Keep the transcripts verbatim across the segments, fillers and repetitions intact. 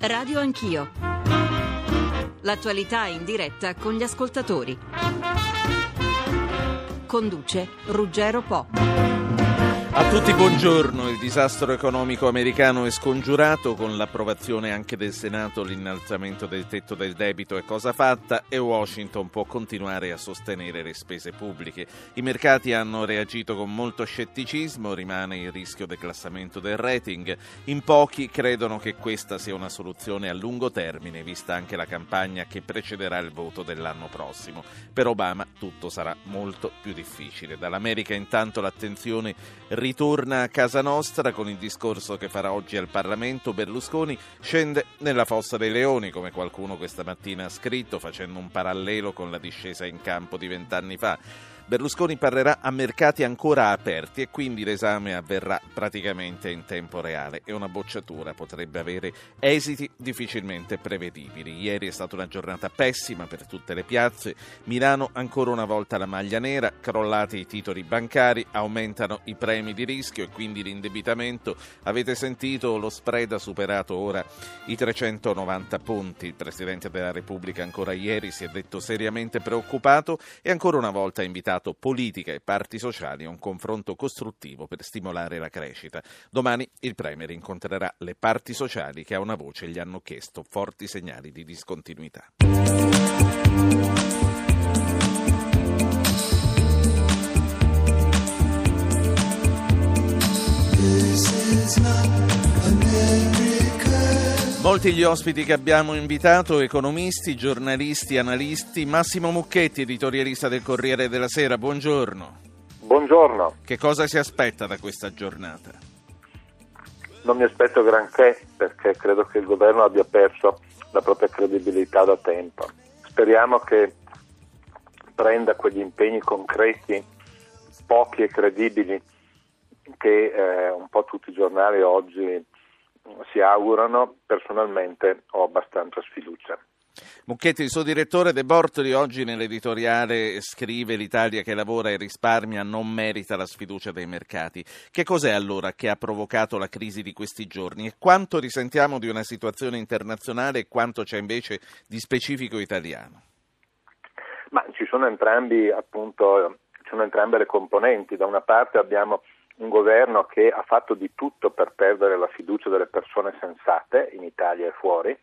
Radio Anch'io. L'attualità in diretta con gli ascoltatori. Conduce Ruggero Po. A tutti buongiorno. Il disastro economico americano è scongiurato, con l'approvazione anche del Senato. L'innalzamento del tetto del debito è cosa fatta e Washington può continuare a sostenere le spese pubbliche. I mercati hanno reagito con molto scetticismo, rimane il rischio declassamento del rating. In pochi credono che questa sia una soluzione a lungo termine, vista anche la campagna che precederà il voto dell'anno prossimo. Per Obama tutto sarà molto più difficile. Dall'America intanto l'attenzione ritorna a casa nostra. Con il discorso che farà oggi al Parlamento, Berlusconi scende nella fossa dei leoni, come qualcuno questa mattina ha scritto, facendo un parallelo con la discesa in campo di vent'anni fa. Berlusconi parlerà a mercati ancora aperti e quindi l'esame avverrà praticamente in tempo reale e una bocciatura potrebbe avere esiti difficilmente prevedibili. Ieri è stata una giornata pessima per tutte le piazze. Milano ancora una volta la maglia nera, crollati i titoli bancari, aumentano i premi di rischio e quindi l'indebitamento. Avete sentito, lo spread ha superato ora i trecentonovanta punti. Il Presidente della Repubblica ancora ieri si è detto seriamente preoccupato e ancora una volta ha invitato politica e parti sociali a un confronto costruttivo per stimolare la crescita. Domani il Premier incontrerà le parti sociali che a una voce gli hanno chiesto forti segnali di discontinuità. Molti gli ospiti che abbiamo invitato: economisti, giornalisti, analisti. Massimo Mucchetti, editorialista del Corriere della Sera, buongiorno. Buongiorno. Che cosa si aspetta da questa giornata? Non mi aspetto granché, perché credo che il governo abbia perso la propria credibilità da tempo. Speriamo che prenda quegli impegni concreti, pochi e credibili, che eh, un po' tutti i giornali oggi si augurano. Personalmente ho abbastanza sfiducia. Mucchetti, il suo direttore De Bortoli oggi nell'editoriale scrive: l'Italia che lavora e risparmia non merita la sfiducia dei mercati. Che cos'è allora che ha provocato la crisi di questi giorni e quanto risentiamo di una situazione internazionale e quanto c'è invece di specifico italiano? Ma ci sono entrambi, appunto, ci sono entrambe le componenti. Da una parte abbiamo un governo che ha fatto di tutto per perdere la fiducia delle persone sensate in Italia e fuori,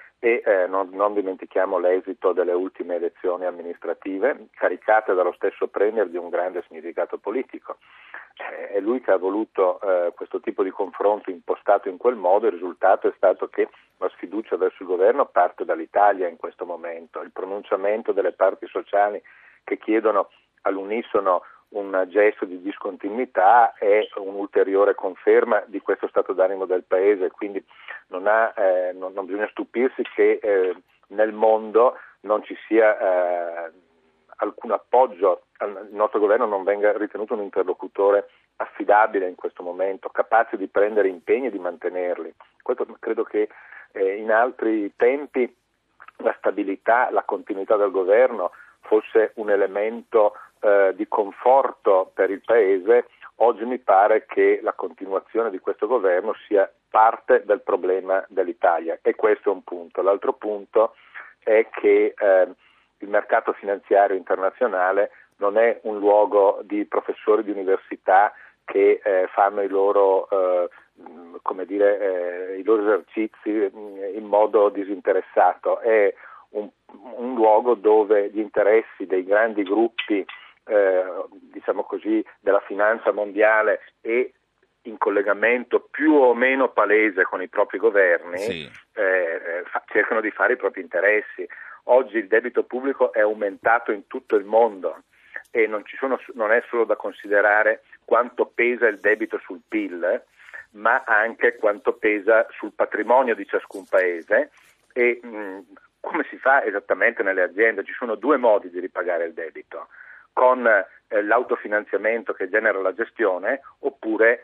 e eh, non, non dimentichiamo l'esito delle ultime elezioni amministrative, caricate dallo stesso Premier di un grande significato politico. Eh, è lui che ha voluto eh, questo tipo di confronto impostato in quel modo. Il risultato è stato che la sfiducia verso il governo parte dall'Italia in questo momento. Il pronunciamento delle parti sociali che chiedono all'unisono un gesto di discontinuità è un'ulteriore conferma di questo stato d'animo del Paese, quindi non, ha, eh, non, non bisogna stupirsi che eh, nel mondo non ci sia eh, alcun appoggio, il nostro governo non venga ritenuto un interlocutore affidabile in questo momento, capace di prendere impegni e di mantenerli. Questo credo che eh, in altri tempi la stabilità, la continuità del governo fosse un elemento eh, di conforto per il Paese. Oggi mi pare che la continuazione di questo governo sia parte del problema dell'Italia, e questo è un punto. L'altro punto è che eh, il mercato finanziario internazionale non è un luogo di professori di università che eh, fanno i loro eh, come dire eh, i loro esercizi in modo disinteressato. È Un, un luogo dove gli interessi dei grandi gruppi, eh, diciamo così, della finanza mondiale e in collegamento più o meno palese con i propri governi, sì. eh, fa, cercano di fare i propri interessi. Oggi il debito pubblico è aumentato in tutto il mondo e non, ci sono, non è solo da considerare quanto pesa il debito sul P I L, ma anche quanto pesa sul patrimonio di ciascun paese. E mh, come si fa esattamente nelle aziende? Ci sono due modi di ripagare il debito: con eh, l'autofinanziamento che genera la gestione, oppure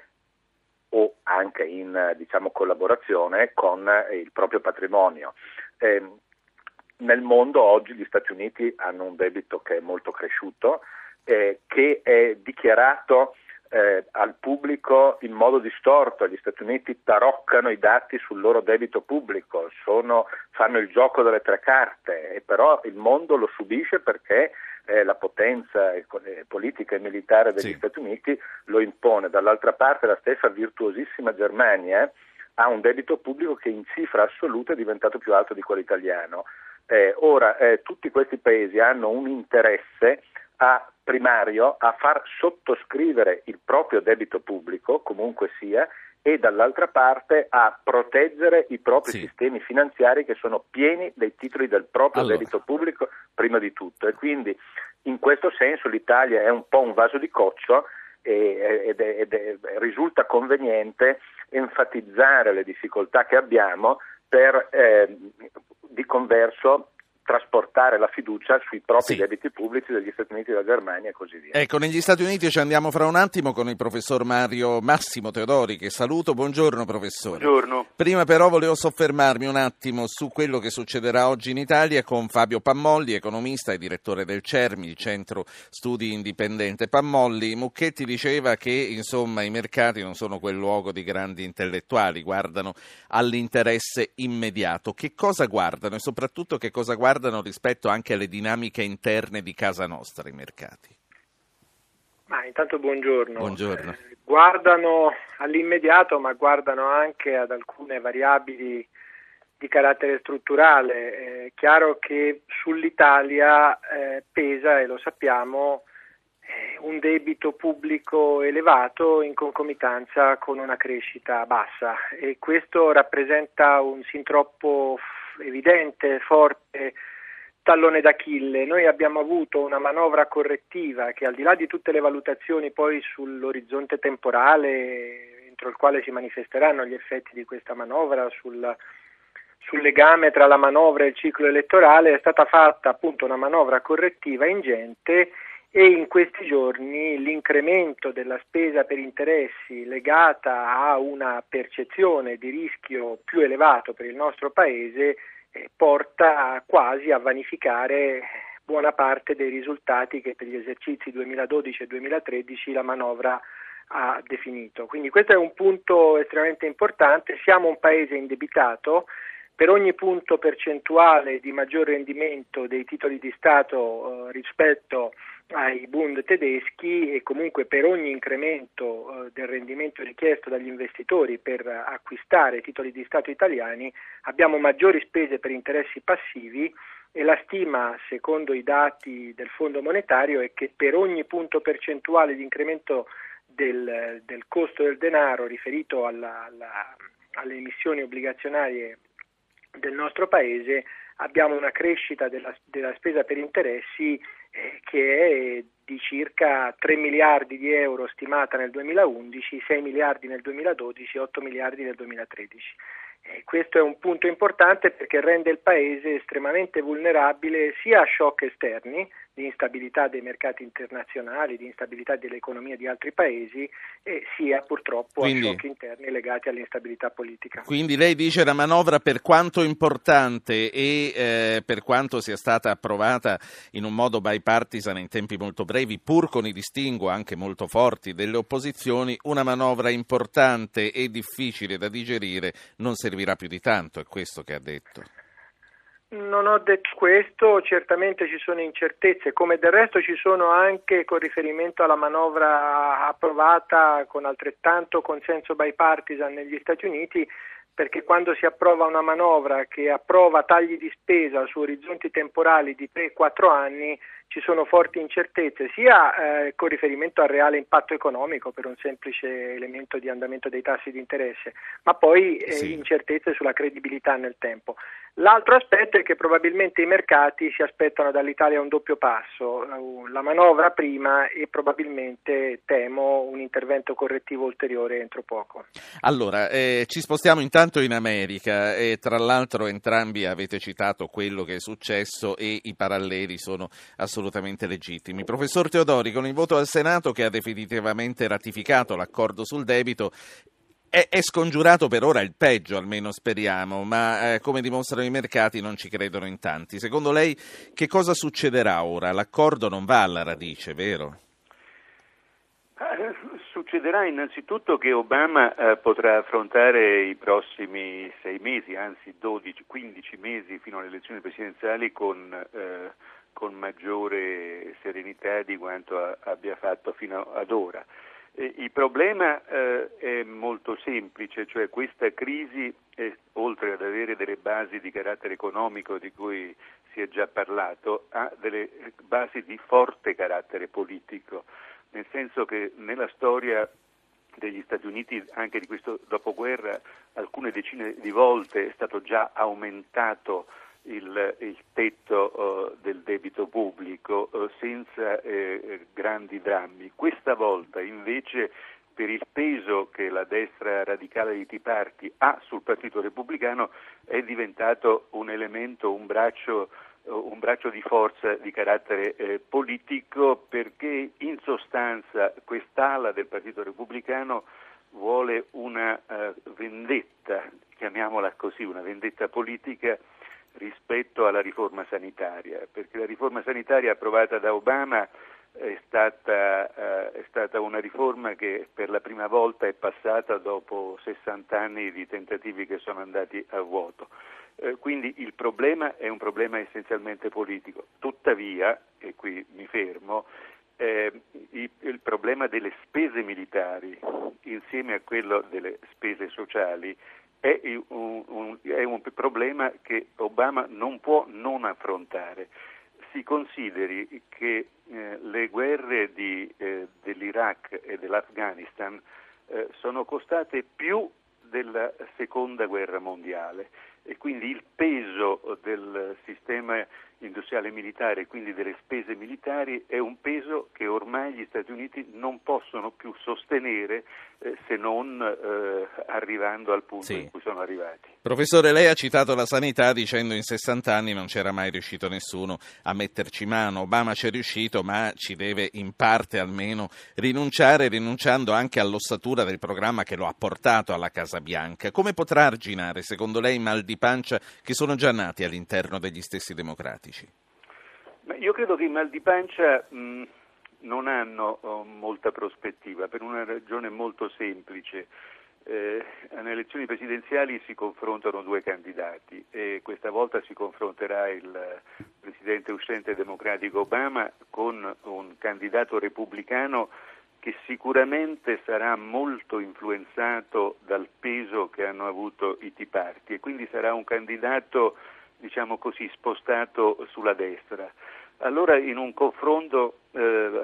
o anche in eh, diciamo collaborazione con eh, il proprio patrimonio. Eh, nel mondo oggi gli Stati Uniti hanno un debito che è molto cresciuto, eh, che è dichiarato eh, al pubblico in modo distorto. Gli Stati Uniti taroccano i dati sul loro debito pubblico, sono, fanno il gioco delle tre carte, e però il mondo lo subisce perché eh, la potenza eh, politica e militare degli sì. Stati Uniti lo impone. Dall'altra parte la stessa virtuosissima Germania ha un debito pubblico che in cifra assoluta è diventato più alto di quello italiano. Eh, ora, eh, tutti questi paesi hanno un interesse a primario a far sottoscrivere il proprio debito pubblico, comunque sia, e dall'altra parte a proteggere i propri sì. sistemi finanziari che sono pieni dei titoli del proprio allora. debito pubblico prima di tutto. E quindi in questo senso l'Italia è un po' un vaso di coccio ed, è, ed è, risulta conveniente enfatizzare le difficoltà che abbiamo per eh, di converso trasportare la fiducia sui propri sì. debiti pubblici degli Stati Uniti, della Germania e così via. Ecco, negli Stati Uniti ci andiamo fra un attimo con il professor Mario Massimo Teodori, che saluto. Buongiorno professore. Buongiorno. Prima però volevo soffermarmi un attimo su quello che succederà oggi in Italia con Fabio Pammolli, economista e direttore del CERMI, il Centro Studi Indipendente. Pammolli, Mucchetti diceva che insomma i mercati non sono quel luogo di grandi intellettuali, guardano all'interesse immediato. Che cosa guardano e soprattutto che cosa guardano rispetto anche alle dinamiche interne di casa nostra, i mercati? Ma intanto buongiorno. Buongiorno. Eh, guardano all'immediato, ma guardano anche ad alcune variabili di carattere strutturale. È chiaro che sull'Italia eh, pesa, e lo sappiamo, eh, un debito pubblico elevato in concomitanza con una crescita bassa, e questo rappresenta un sin troppo evidente, forte tallone d'Achille. Noi abbiamo avuto una manovra correttiva che, al di là di tutte le valutazioni poi sull'orizzonte temporale entro il quale si manifesteranno gli effetti di questa manovra, sul, sul legame tra la manovra e il ciclo elettorale, è stata fatta appunto una manovra correttiva ingente, e in questi giorni l'incremento della spesa per interessi legata a una percezione di rischio più elevato per il nostro Paese porta quasi a vanificare buona parte dei risultati che per gli esercizi duemiladodici e duemilatredici la manovra ha definito. Quindi questo è un punto estremamente importante. Siamo un paese indebitato. Per ogni punto percentuale di maggior rendimento dei titoli di Stato eh, rispetto ai Bund tedeschi, e comunque per ogni incremento eh, del rendimento richiesto dagli investitori per acquistare titoli di Stato italiani, abbiamo maggiori spese per interessi passivi, e la stima, secondo i dati del Fondo Monetario, è che per ogni punto percentuale di incremento del, del costo del denaro riferito alla, alla, alle emissioni obbligazionarie del nostro Paese, abbiamo una crescita della, della spesa per interessi eh, che è di circa tre miliardi di euro stimata nel duemilaundici, sei miliardi nel duemiladodici, otto miliardi nel duemilatredici. Eh, questo è un punto importante perché rende il Paese estremamente vulnerabile sia a shock esterni, di instabilità dei mercati internazionali, di instabilità dell'economia di altri paesi, e sia purtroppo quindi, a shock interni legati all'instabilità politica. Quindi lei dice la manovra, per quanto importante e eh, per quanto sia stata approvata in un modo bipartisan in tempi molto brevi, pur con i distinguo anche molto forti delle opposizioni, una manovra importante e difficile da digerire non servirà più di tanto, è questo che ha detto? Non ho detto questo, certamente ci sono incertezze, come del resto ci sono anche con riferimento alla manovra approvata con altrettanto consenso bipartisan negli Stati Uniti, perché quando si approva una manovra che approva tagli di spesa su orizzonti temporali di tre quattro anni, ci sono forti incertezze, sia eh, con riferimento al reale impatto economico per un semplice elemento di andamento dei tassi di interesse, ma poi eh, sì. incertezze sulla credibilità nel tempo. L'altro aspetto è che probabilmente i mercati si aspettano dall'Italia un doppio passo, la manovra prima e probabilmente, temo, un intervento correttivo ulteriore entro poco. Allora, eh, ci spostiamo intanto in America, e tra l'altro entrambi avete citato quello che è successo e i paralleli sono assolutamente legittimi. Professor Teodori, con il voto al Senato che ha definitivamente ratificato l'accordo sul debito, È, è scongiurato per ora il peggio, almeno speriamo, ma eh, come dimostrano i mercati non ci credono in tanti. Secondo lei che cosa succederà ora? L'accordo non va alla radice, vero? Eh, su succederà innanzitutto che Obama eh, potrà affrontare i prossimi sei mesi, anzi dodici quindici mesi fino alle elezioni presidenziali con, eh, con maggiore serenità di quanto a, abbia fatto fino ad ora. Eh, il problema eh, è molto semplice, cioè questa crisi, eh, oltre ad avere delle basi di carattere economico di cui si è già parlato, ha delle basi di forte carattere politico, nel senso che nella storia degli Stati Uniti, anche di questo dopoguerra, alcune decine di volte è stato già aumentato il, il tetto uh, del debito pubblico uh, senza eh, grandi drammi. Questa volta invece, per il peso che la destra radicale di Tea Party ha sul Partito Repubblicano, è diventato un elemento, un braccio un braccio di forza di carattere eh, politico, perché in sostanza quest'ala del Partito Repubblicano vuole una uh, vendetta, chiamiamola così, una vendetta politica rispetto alla riforma sanitaria, perché la riforma sanitaria approvata da Obama è stata, uh, è stata una riforma che per la prima volta è passata dopo sessanta anni di tentativi che sono andati a vuoto. Eh, quindi il problema è un problema essenzialmente politico. Tuttavia, e qui mi fermo, eh, il, il problema delle spese militari insieme a quello delle spese sociali è un, un, è un problema che Obama non può non affrontare. Si consideri che eh, le guerre di, eh, dell'Iraq e dell'Afghanistan eh, sono costate più della seconda guerra mondiale, e quindi il peso del sistema industriale militare e quindi delle spese militari è un peso che ormai gli Stati Uniti non possono più sostenere eh, se non eh, arrivando al punto sì. in cui sono arrivati. Professore, lei ha citato la sanità dicendo in sessanta anni non c'era mai riuscito nessuno a metterci mano. Obama ci è riuscito, ma ci deve in parte almeno rinunciare, rinunciando anche all'ossatura del programma che lo ha portato alla Casa Bianca. Come potrà arginare, secondo lei, i mal di pancia che sono già nati all'interno degli stessi democratici? Ma io credo che i mal di pancia mh, non hanno oh, molta prospettiva, per una ragione molto semplice. Eh, alle elezioni presidenziali si confrontano due candidati e questa volta si confronterà il presidente uscente democratico Obama con un candidato repubblicano che sicuramente sarà molto influenzato dal peso che hanno avuto i Tea Party, e quindi sarà un candidato, diciamo così, spostato sulla destra. Allora, in un confronto eh,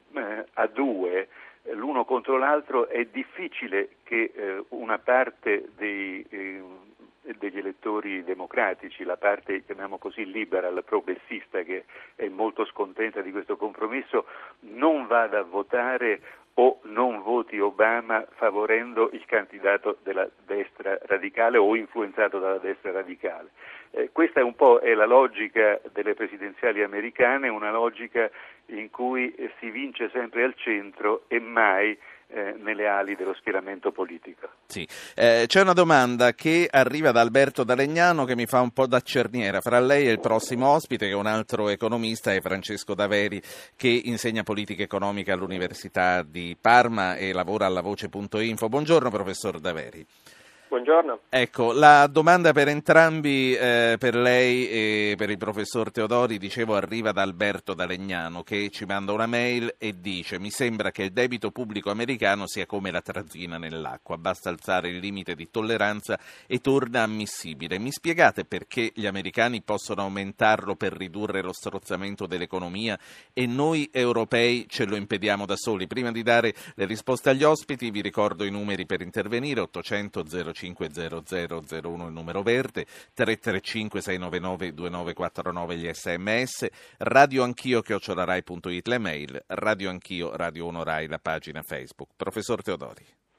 a due, l'uno contro l'altro, è difficile che eh, una parte dei, eh, degli elettori democratici, la parte, chiamiamo così, liberal, progressista, che è molto scontenta di questo compromesso, non vada a votare o non voti Obama favorendo il candidato della destra radicale o influenzato dalla destra radicale. Eh, questa è un po' è la logica delle presidenziali americane, una logica in cui eh, si vince sempre al centro e mai eh, nelle ali dello schieramento politico. Sì. Eh, c'è una domanda che arriva da Alberto da Legnano che mi fa un po' da cerniera. Fra lei e il prossimo ospite, che è un altro economista, è Francesco Daveri, che insegna politica economica all'Università di Parma e lavora alla voce punto info. Buongiorno professor Daveri. Buongiorno. Ecco, la domanda per entrambi, eh, per lei e per il professor Teodori, dicevo, arriva da Alberto da Legnano, che ci manda una mail e dice: mi sembra che il debito pubblico americano sia come la trazzina nell'acqua, basta alzare il limite di tolleranza e torna ammissibile. Mi spiegate perché gli americani possono aumentarlo per ridurre lo strozzamento dell'economia e noi europei ce lo impediamo da soli? Prima di dare le risposte agli ospiti vi ricordo i numeri per intervenire: ottocento zero cinque zero zero zero uno il numero verde, tre tre cinque sei nove nove due nove quattro nove gli sms, radio anch'io chiocciola rai punto it le mail, radio anch'io Radio uno Rai la pagina Facebook. Professor Teodori.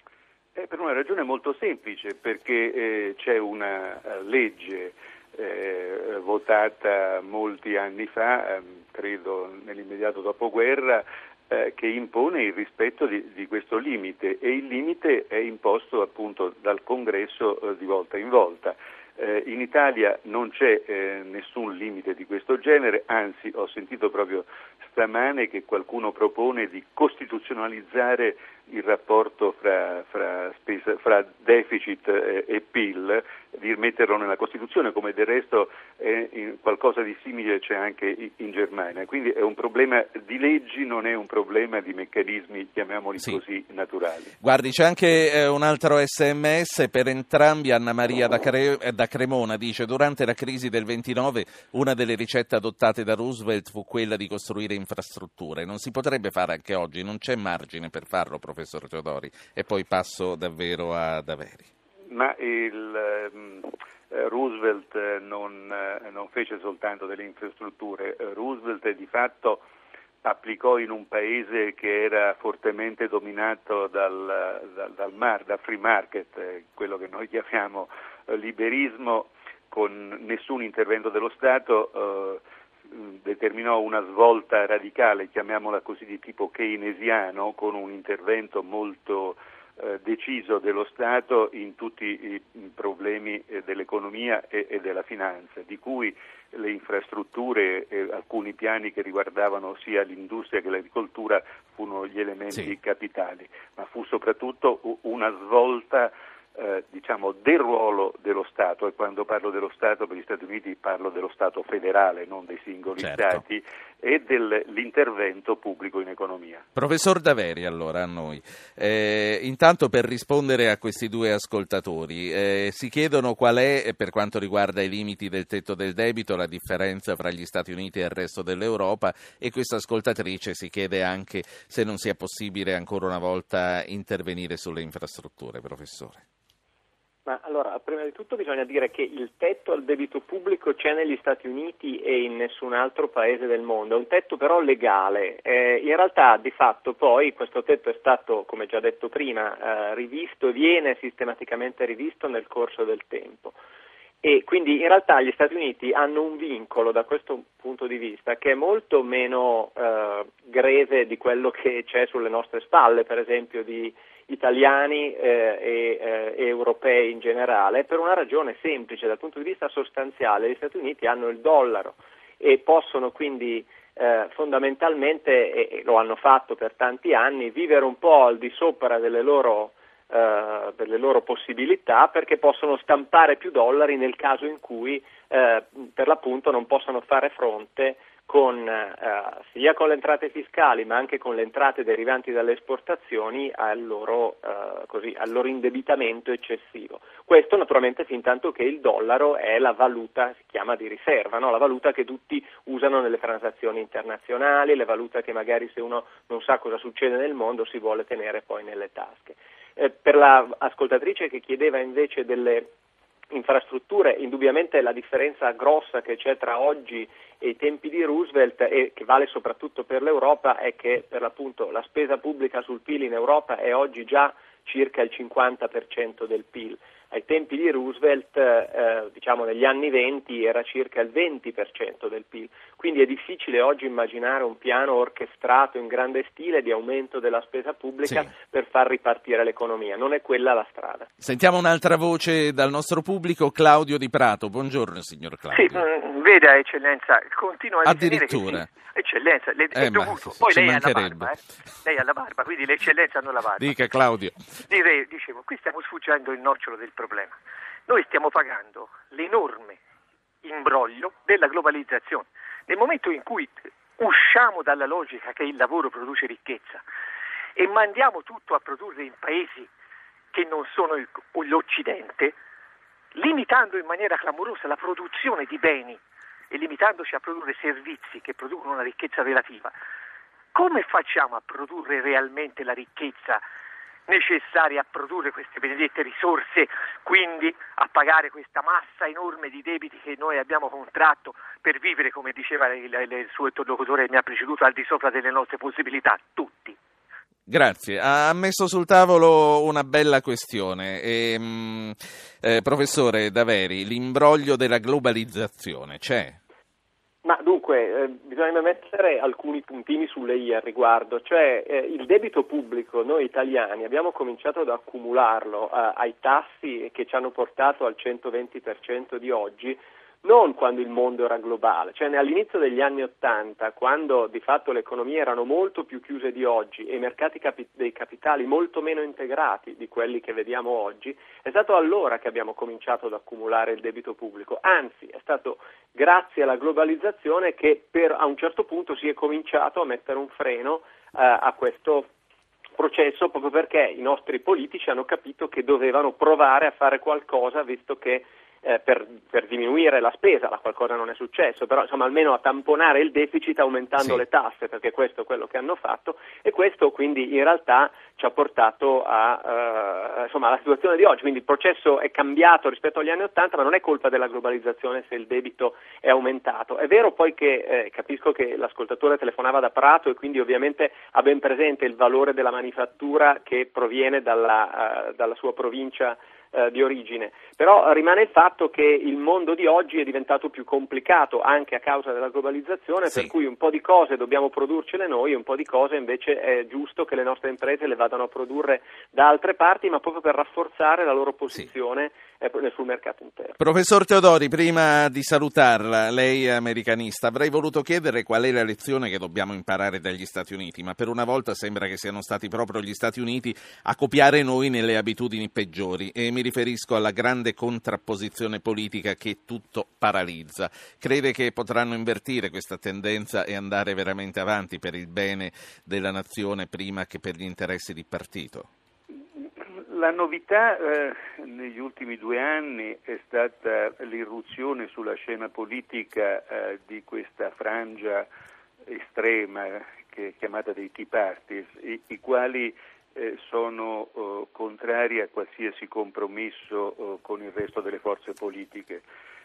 È per una ragione molto semplice, perché eh, c'è una legge eh, votata molti anni fa, eh, credo nell'immediato dopoguerra, Eh, che impone il rispetto di, di questo limite, e il limite è imposto appunto dal Congresso eh, di volta in volta. Eh, in Italia non c'è eh, nessun limite di questo genere, anzi ho sentito proprio stamane che qualcuno propone di costituzionalizzare il rapporto fra, fra, spesa, fra deficit e, e P I L, di metterlo nella Costituzione, come del resto è in qualcosa di simile c'è anche in Germania. Quindi è un problema di leggi, non è un problema di meccanismi, chiamiamoli sì. così, naturali. Guardi, c'è anche eh, un altro sms per entrambi. Anna Maria da, Cre- da Cremona dice: durante la crisi del ventinove una delle ricette adottate da Roosevelt fu quella di costruire infrastrutture. Non si potrebbe fare anche oggi? Non c'è margine per farlo, professor Teodori? E poi passo davvero a Daveri. Ma il um, Roosevelt non, non fece soltanto delle infrastrutture. Roosevelt di fatto applicò in un paese che era fortemente dominato dal, dal, dal, mar, dal free market, quello che noi chiamiamo liberismo, con nessun intervento dello Stato, eh, determinò una svolta radicale, chiamiamola così, di tipo keynesiano, con un intervento molto eh, deciso dello Stato in tutti i problemi eh, dell'economia e, e della finanza, di cui le infrastrutture e alcuni piani che riguardavano sia l'industria che l'agricoltura furono gli elementi sì. capitali, ma fu soprattutto una svolta Eh, diciamo del ruolo dello Stato, e quando parlo dello Stato per gli Stati Uniti parlo dello Stato federale, non dei singoli certo. Stati, e dell'intervento pubblico in economia. Professor Daveri, allora a noi. Eh, intanto, per rispondere a questi due ascoltatori, eh, si chiedono qual è, per quanto riguarda i limiti del tetto del debito, la differenza fra gli Stati Uniti e il resto dell'Europa, e questa ascoltatrice si chiede anche se non sia possibile ancora una volta intervenire sulle infrastrutture, professore. Ma allora, prima di tutto bisogna dire che il tetto al debito pubblico c'è negli Stati Uniti e in nessun altro paese del mondo, è un tetto però legale. Eh, in realtà, di fatto, poi questo tetto è stato, come già detto prima, eh, rivisto e viene sistematicamente rivisto nel corso del tempo. E quindi in realtà gli Stati Uniti hanno un vincolo da questo punto di vista che è molto meno eh, greve di quello che c'è sulle nostre spalle, per esempio di italiani eh, e, eh, e europei in generale, per una ragione semplice. Dal punto di vista sostanziale gli Stati Uniti hanno il dollaro e possono quindi eh, fondamentalmente, e, e lo hanno fatto per tanti anni, vivere un po' al di sopra delle loro Uh, delle loro possibilità, perché possono stampare più dollari nel caso in cui uh, per l'appunto non possano fare fronte con uh, sia con le entrate fiscali ma anche con le entrate derivanti dalle esportazioni al loro, uh, così, al loro indebitamento eccessivo. Questo naturalmente fin tanto che il dollaro è la valuta, si chiama di riserva, no? La valuta che tutti usano nelle transazioni internazionali, la valuta che magari se uno non sa cosa succede nel mondo si vuole tenere poi nelle tasche. Eh, per la ascoltatrice che chiedeva invece delle infrastrutture, indubbiamente la differenza grossa che c'è tra oggi e i tempi di Roosevelt, e che vale soprattutto per l'Europa, è che per l'appunto la spesa pubblica sul P I L in Europa è oggi già circa il cinquanta per cento del P I L. Ai tempi di Roosevelt, eh, diciamo negli anni venti, era circa il venti per cento del P I L. Quindi è difficile oggi immaginare un piano orchestrato in grande stile di aumento della spesa pubblica sì. per far ripartire l'economia. Non è quella la strada. Sentiamo un'altra voce dal nostro pubblico, Claudio Di Prato. Buongiorno, signor Claudio. Sì, mh, veda, eccellenza, continua a addirittura che sì, eccellenza, le, eh, è dovuto. Poi lei ha la barba, eh? Lei ha la barba, quindi le eccellenze hanno la barba. Dica, Claudio. Direi, dicevo, qui stiamo sfuggendo il nocciolo del problema. Noi stiamo pagando l'enorme imbroglio della globalizzazione. Nel momento in cui usciamo dalla logica che il lavoro produce ricchezza e mandiamo tutto a produrre in paesi che non sono il, l'Occidente, limitando in maniera clamorosa la produzione di beni e limitandoci a produrre servizi che producono una ricchezza relativa, come facciamo a produrre realmente la ricchezza necessaria a produrre queste benedette risorse, quindi a pagare questa massa enorme di debiti che noi abbiamo contratto per vivere, come diceva il, il, il suo interlocutore che mi ha preceduto, al di sopra delle nostre possibilità, tutti. Grazie, ha messo sul tavolo una bella questione. E, mh, eh, professore Daveri, l'imbroglio della globalizzazione c'è? Ma dunque, eh, bisogna mettere alcuni puntini sulle i al riguardo, cioè eh, il debito pubblico, noi italiani abbiamo cominciato ad accumularlo eh, ai tassi che ci hanno portato al centoventi per cento di oggi, non quando il mondo era globale, cioè all'inizio degli anni Ottanta, quando di fatto le economie erano molto più chiuse di oggi e i mercati capi- dei capitali molto meno integrati di quelli che vediamo oggi, è stato allora che abbiamo cominciato ad accumulare il debito pubblico, anzi è stato grazie alla globalizzazione che per, a un certo punto si è cominciato a mettere un freno eh, a questo processo, proprio perché i nostri politici hanno capito che dovevano provare a fare qualcosa, visto che Eh, per, per diminuire la spesa, la qualcosa non è successo, però insomma almeno a tamponare il deficit aumentando sì. le tasse, perché questo è quello che hanno fatto, e questo quindi in realtà ci ha portato a, eh, insomma, alla situazione di oggi. Quindi il processo è cambiato rispetto agli anni Ottanta, ma non è colpa della globalizzazione se il debito è aumentato. È vero poi che eh, capisco che l'ascoltatore telefonava da Prato e quindi ovviamente ha ben presente il valore della manifattura che proviene dalla, uh, dalla sua provincia di origine, però rimane il fatto che il mondo di oggi è diventato più complicato anche a causa della globalizzazione, sì. Per cui un po' di cose dobbiamo produrcele noi, un po' di cose invece è giusto che le nostre imprese le vadano a produrre da altre parti, ma proprio per rafforzare la loro posizione sì. eh, sul mercato interno. Professor Teodori, prima di salutarla, lei è americanista, avrei voluto chiedere qual è la lezione che dobbiamo imparare dagli Stati Uniti, ma per una volta sembra che siano stati proprio gli Stati Uniti a copiare noi nelle abitudini peggiori, e mi riferisco alla grande contrapposizione politica che tutto paralizza. Crede che potranno invertire questa tendenza e andare veramente avanti per il bene della nazione prima che per gli interessi di partito? La novità eh, negli ultimi due anni è stata l'irruzione sulla scena politica eh, di questa frangia estrema che è chiamata dei Tea Parties, i, i quali eh, sono eh, contrari a qualsiasi compromesso eh, con il resto delle forze politiche.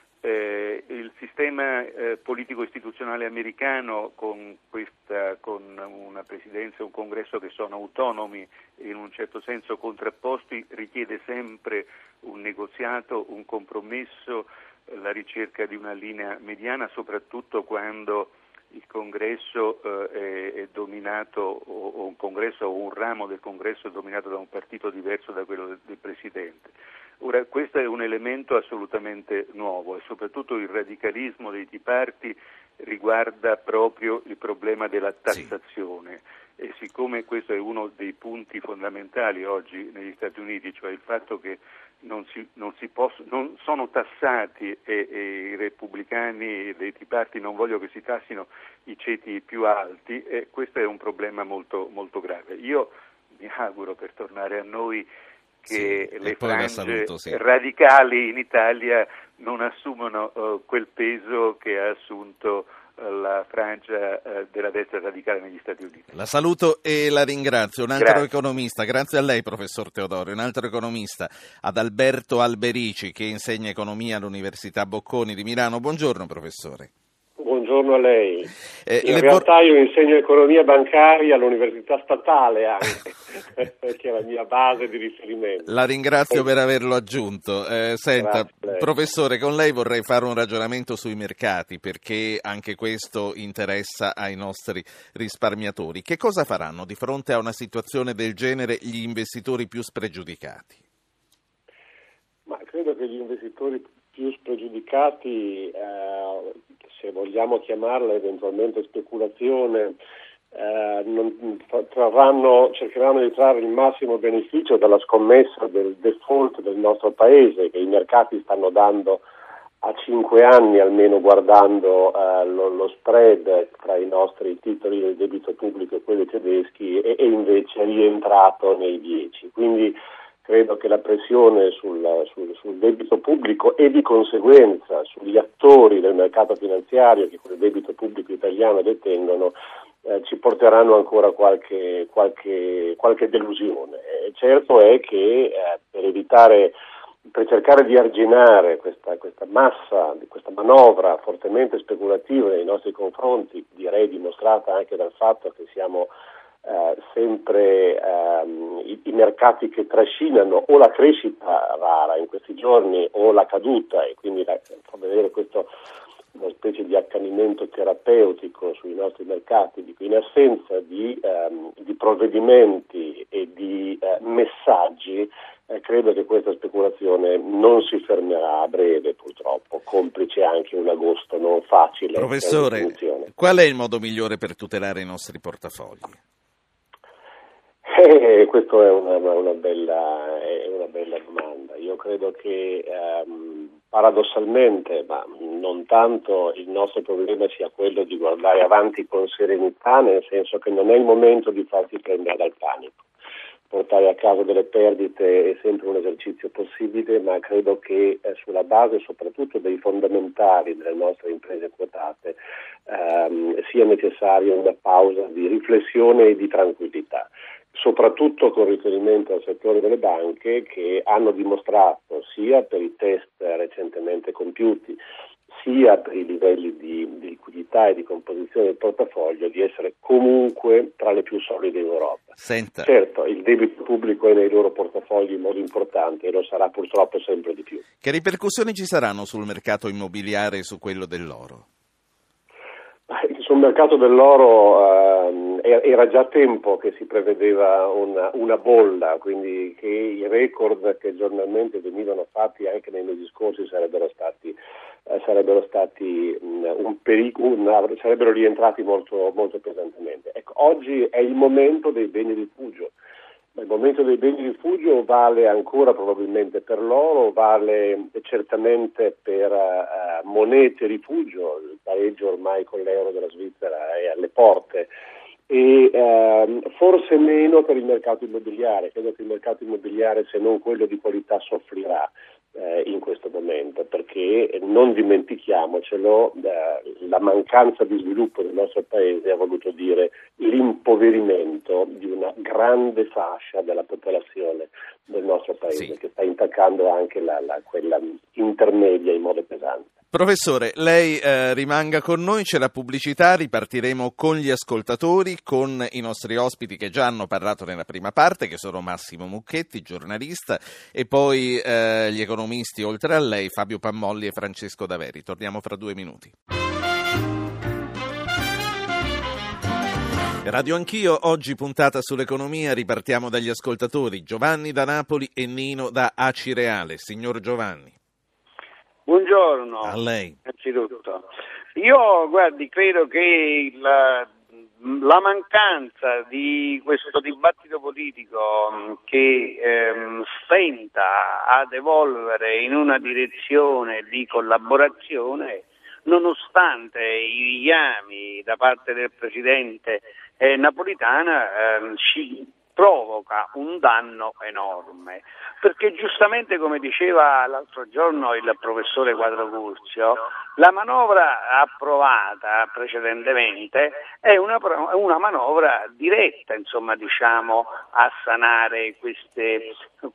Eh, il sistema eh, politico-istituzionale americano con, questa, con una presidenza e un congresso che sono autonomi e in un certo senso contrapposti richiede sempre un negoziato, un compromesso, la ricerca di una linea mediana, soprattutto quando il congresso eh, è, è dominato o, o un congresso o un ramo del congresso è dominato da un partito diverso da quello del, del presidente. Ora, questo è un elemento assolutamente nuovo e soprattutto il radicalismo dei Tea Party riguarda proprio il problema della tassazione. Sì. E siccome questo è uno dei punti fondamentali oggi negli Stati Uniti, cioè il fatto che non si, non si poss- non sono tassati e, e i repubblicani dei Tea Party non vogliono che si tassino i ceti più alti, e questo è un problema molto, molto grave. Io mi auguro, per tornare a noi, che sì, le frange saluto, sì. radicali in Italia non assumono uh, quel peso che ha assunto uh, la frangia uh, della destra radicale negli Stati Uniti. La saluto e la ringrazio. Un altro grazie. economista, grazie a lei professor Teodori, un altro economista, Adalberto Alberici, che insegna economia all'Università Bocconi di Milano. Buongiorno professore. Buongiorno a lei. Eh, In realtà vor... io insegno economia bancaria all'Università Statale anche, che è la mia base di riferimento. La ringrazio per averlo aggiunto. Eh, senta, professore, con lei vorrei fare un ragionamento sui mercati, perché anche questo interessa ai nostri risparmiatori. Che cosa faranno di fronte a una situazione del genere gli investitori più spregiudicati? Ma credo che gli investitori più spregiudicati, eh, se vogliamo chiamarla eventualmente speculazione, eh, non, trarranno, cercheranno di trarre il massimo beneficio dalla scommessa del default del nostro paese, che i mercati stanno dando a cinque anni, almeno guardando eh, lo, lo spread tra i nostri titoli del debito pubblico e quelli tedeschi, e, e invece è rientrato nei dieci. Quindi credo che la pressione sul, sul, sul debito pubblico e di conseguenza sugli attori del mercato finanziario che quel debito pubblico italiano detengono eh, ci porteranno ancora qualche, qualche, qualche delusione. E certo è che eh, per evitare, per cercare di arginare questa, questa massa, questa manovra fortemente speculativa nei nostri confronti, direi dimostrata anche dal fatto che siamo Uh, sempre um, i, i mercati che trascinano o la crescita rara in questi giorni o la caduta, e quindi la, fa vedere questo una specie di accanimento terapeutico sui nostri mercati, di cui in assenza di, um, di provvedimenti e di uh, messaggi eh, credo che questa speculazione non si fermerà a breve, purtroppo, complice anche un agosto non facile. Professore, qual è il modo migliore per tutelare i nostri portafogli? Eh, questa è una, una, bella, è una bella domanda. Io credo che ehm, paradossalmente, ma non tanto, il nostro problema sia quello di guardare avanti con serenità, nel senso che non è il momento di farsi prendere dal panico. Portare a casa delle perdite è sempre un esercizio possibile, ma credo che eh, sulla base soprattutto dei fondamentali delle nostre imprese quotate ehm, sia necessaria una pausa di riflessione e di tranquillità, soprattutto con riferimento al settore delle banche, che hanno dimostrato sia per i test recentemente compiuti sia per i livelli di, di liquidità e di composizione del portafoglio di essere comunque tra le più solide in Europa. Senta. Certo, il debito pubblico è nei loro portafogli in modo importante e lo sarà purtroppo sempre di più. Che ripercussioni ci saranno sul mercato immobiliare e su quello dell'oro? Sul mercato dell'oro eh, era già tempo che si prevedeva una, una bolla, quindi che i record che giornalmente venivano fatti anche nei mesi scorsi sarebbero stati, eh, sarebbero stati mh, un pericolo, sarebbero rientrati molto, molto pesantemente. Ecco, oggi è il momento dei beni rifugio. Il momento dei beni rifugio vale ancora probabilmente per l'oro, vale certamente per uh, monete rifugio, il pareggio ormai con l'euro della Svizzera è alle porte, e uh, forse meno per il mercato immobiliare. Credo che il mercato immobiliare, se non quello di qualità, soffrirà uh, in questo momento, perché non dimentichiamocelo, uh, la mancanza di sviluppo del nostro paese ha voluto dire l'impoverimento di una grande fascia della popolazione del nostro paese, sì, che sta intaccando anche la, la, quella intermedia in modo pesante. Professore, lei eh, rimanga con noi, c'è la pubblicità, ripartiremo con gli ascoltatori, con i nostri ospiti che già hanno parlato nella prima parte, che sono Massimo Mucchetti, giornalista, e poi eh, gli economisti oltre a lei, Fabio Pammolli e Francesco Daveri. Torniamo fra due minuti. Radio Anch'io, oggi puntata sull'economia, ripartiamo dagli ascoltatori, Giovanni da Napoli e Nino da Acireale. Signor Giovanni. Buongiorno. A lei. Innanzitutto. Io, guardi, credo che la, la mancanza di questo dibattito politico che ehm, stenta ad evolvere in una direzione di collaborazione, nonostante i richiami da parte del Presidente eh, Napolitana, eh, ci provoca un danno enorme, perché giustamente, come diceva l'altro giorno il professore Quadrocurzio, la manovra approvata precedentemente è una, una manovra diretta, insomma, diciamo, a sanare queste,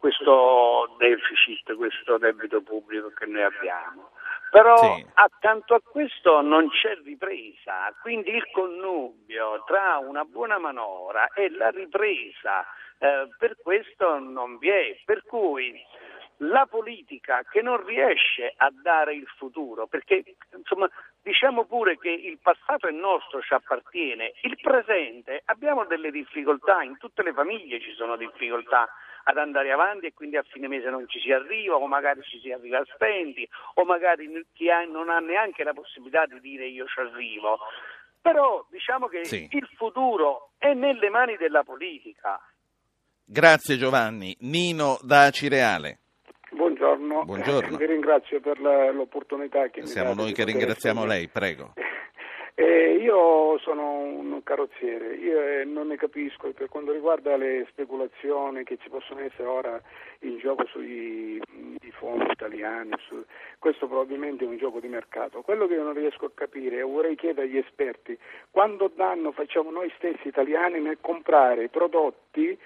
questo deficit, questo debito pubblico che noi abbiamo. Però sì, accanto a questo non c'è ripresa, quindi il connubio tra una buona manovra e la ripresa eh, per questo non vi è, per cui la politica che non riesce a dare il futuro, perché insomma diciamo pure che il passato è nostro, ci appartiene, il presente abbiamo delle difficoltà, in tutte le famiglie ci sono difficoltà ad andare avanti e quindi a fine mese non ci si arriva, o magari ci si arriva a stenti, o magari chi ha, non ha neanche la possibilità di dire io ci arrivo. Però diciamo che sì, il futuro è nelle mani della politica. Grazie Giovanni. Nino da Acireale. Buongiorno. Buongiorno. Eh, vi ringrazio per la, l'opportunità che mi Siamo noi che ringraziamo essere. Lei, prego. Eh, io sono un carrozziere, io eh, non ne capisco per quanto riguarda le speculazioni che ci possono essere ora in gioco sui i fondi italiani, su, questo probabilmente è un gioco di mercato. Quello che io non riesco a capire, e vorrei chiedere agli esperti, quando danno facciamo noi stessi italiani nel comprare prodotti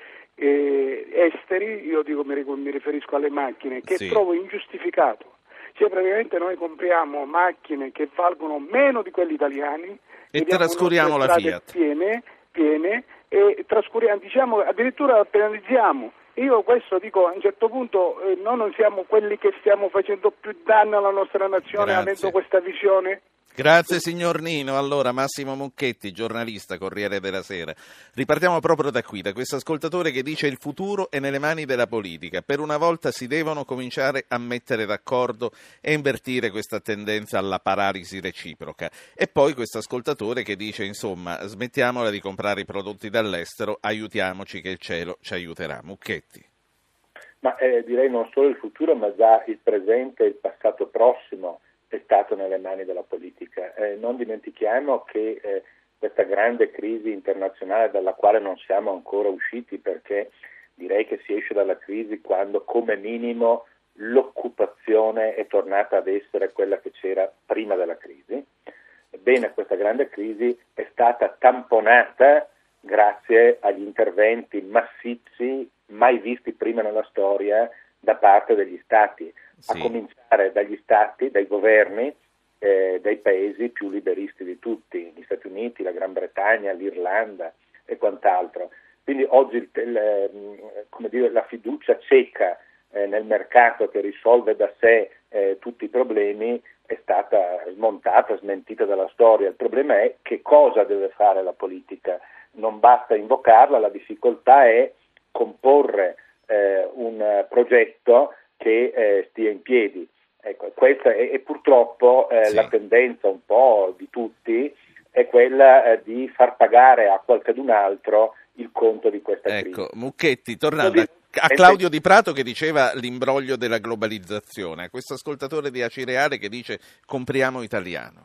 eh, esteri, io dico mi, mi riferisco alle macchine, che sì, trovo ingiustificato. Cioè praticamente noi compriamo macchine che valgono meno di quelli italiani e trascuriamo la Fiat piene, piene e trascuriamo, diciamo addirittura penalizziamo. Io questo dico, a un certo punto eh, noi non siamo quelli che stiamo facendo più danno alla nostra nazione. Grazie. Avendo questa visione. Grazie signor Nino. Allora, Massimo Mucchetti, giornalista, Corriere della Sera. Ripartiamo proprio da qui, da questo ascoltatore che dice: il futuro è nelle mani della politica. Per una volta si devono cominciare a mettere d'accordo e invertire questa tendenza alla paralisi reciproca. E poi questo ascoltatore che dice, insomma, smettiamola di comprare i prodotti dall'estero, aiutiamoci che il cielo ci aiuterà. Mucchetti. Ma eh, direi non solo il futuro, ma già il presente e il passato prossimo è stato nelle mani della politica. Eh, non dimentichiamo che eh, questa grande crisi internazionale dalla quale non siamo ancora usciti, perché direi che si esce dalla crisi quando come minimo l'occupazione è tornata ad essere quella che c'era prima della crisi. Ebbene, questa grande crisi è stata tamponata grazie agli interventi massicci mai visti prima nella storia da parte degli Stati, sì. A cominciare dagli Stati, dai governi, eh, dei paesi più liberisti di tutti, gli Stati Uniti, la Gran Bretagna, l'Irlanda e quant'altro. Quindi oggi il, il, come dire, la fiducia cieca eh, nel mercato che risolve da sé eh, tutti i problemi è stata smontata, smentita dalla storia. Il problema è che cosa deve fare la politica. Non basta invocarla, la difficoltà è comporre eh, un progetto che eh, stia in piedi. Ecco, questa è, è purtroppo eh, sì. La tendenza un po' di tutti è quella eh, di far pagare a qualcun altro il conto di questa crisi. Ecco, Mucchetti, tornando a Claudio Di Prato che diceva l'imbroglio della globalizzazione, questo ascoltatore di Acireale che dice compriamo italiano.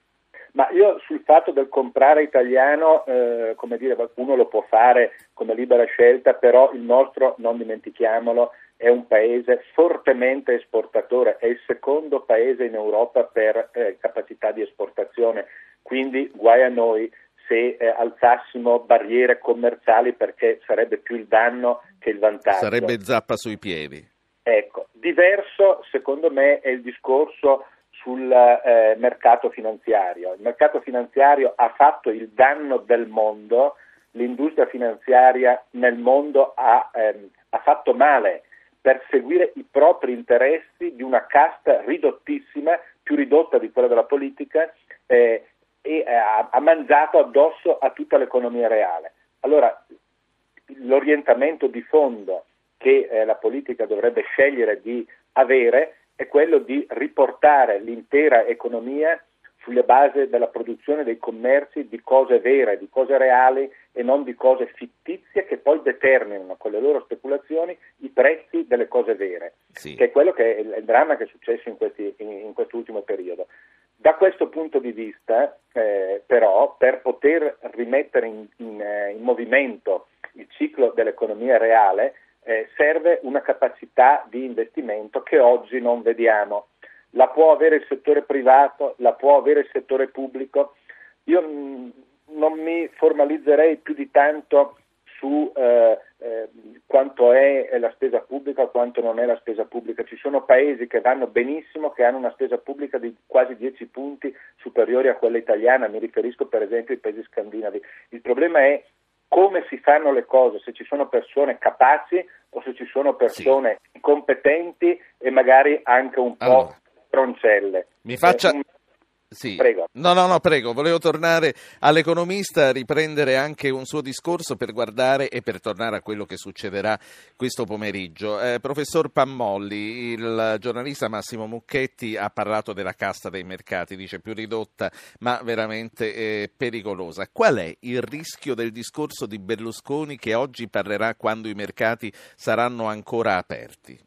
Ma io sul fatto del comprare italiano, eh, come dire, uno lo può fare come libera scelta, però il nostro, non dimentichiamolo, è un paese fortemente esportatore, è il secondo paese in Europa per eh, capacità di esportazione, quindi guai a noi se eh, alzassimo barriere commerciali, perché sarebbe più il danno che il vantaggio. Sarebbe zappa sui piedi. Ecco, diverso secondo me è il discorso sul eh, mercato finanziario. Il mercato finanziario ha fatto il danno del mondo, l'industria finanziaria nel mondo ha, ehm, ha fatto male per seguire i propri interessi di una casta ridottissima, più ridotta di quella della politica, eh, e eh, ha mangiato addosso a tutta l'economia reale. Allora, l'orientamento di fondo che eh, la politica dovrebbe scegliere di avere è quello di riportare l'intera economia sulle basi della produzione dei commerci di cose vere, di cose reali e non di cose fittizie che poi determinano con le loro speculazioni i prezzi delle cose vere, sì. Che è quello che è il dramma che è successo in, questi, in, in quest'ultimo periodo. Da questo punto di vista, eh, però, per poter rimettere in, in, in movimento il ciclo dell'economia reale, eh, serve una capacità di investimento che oggi non vediamo. La può avere il settore privato, la può avere il settore pubblico. Io mh, non mi formalizzerei più di tanto su eh, eh, quanto è la spesa pubblica, quanto non è la spesa pubblica. Ci sono paesi che vanno benissimo, che hanno una spesa pubblica di quasi dieci punti superiori a quella italiana, mi riferisco per esempio ai paesi scandinavi. Il problema è come si fanno le cose, se ci sono persone capaci o se ci sono persone sì. competenti e magari anche un po' allora, troncelle. Mi faccia... Eh, un... Sì. Prego. No, no, no, prego. Volevo tornare all'economista, riprendere anche un suo discorso per guardare e per tornare a quello che succederà questo pomeriggio. Eh, professor Pammolli, il giornalista Massimo Mucchetti ha parlato della casta dei mercati, dice più ridotta ma veramente eh, pericolosa. Qual è il rischio del discorso di Berlusconi che oggi parlerà quando i mercati saranno ancora aperti?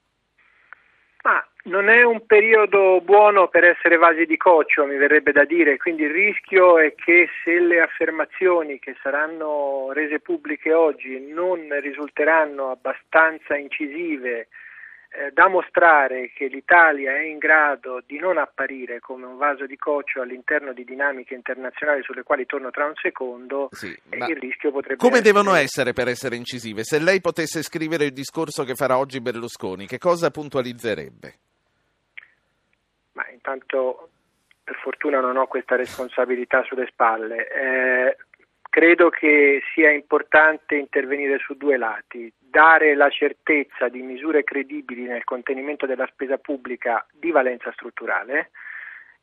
Ma non è un periodo buono per essere vasi di coccio, mi verrebbe da dire, quindi il rischio è che se le affermazioni che saranno rese pubbliche oggi non risulteranno abbastanza incisive eh, da mostrare che l'Italia è in grado di non apparire come un vaso di coccio all'interno di dinamiche internazionali sulle quali torno tra un secondo, sì, eh, il rischio potrebbe come essere... devono essere per essere incisive? Se lei potesse scrivere il discorso che farà oggi Berlusconi, che cosa puntualizzerebbe? Ma intanto per fortuna non ho questa responsabilità sulle spalle. Eh, credo che sia importante intervenire su due lati, dare la certezza di misure credibili nel contenimento della spesa pubblica di valenza strutturale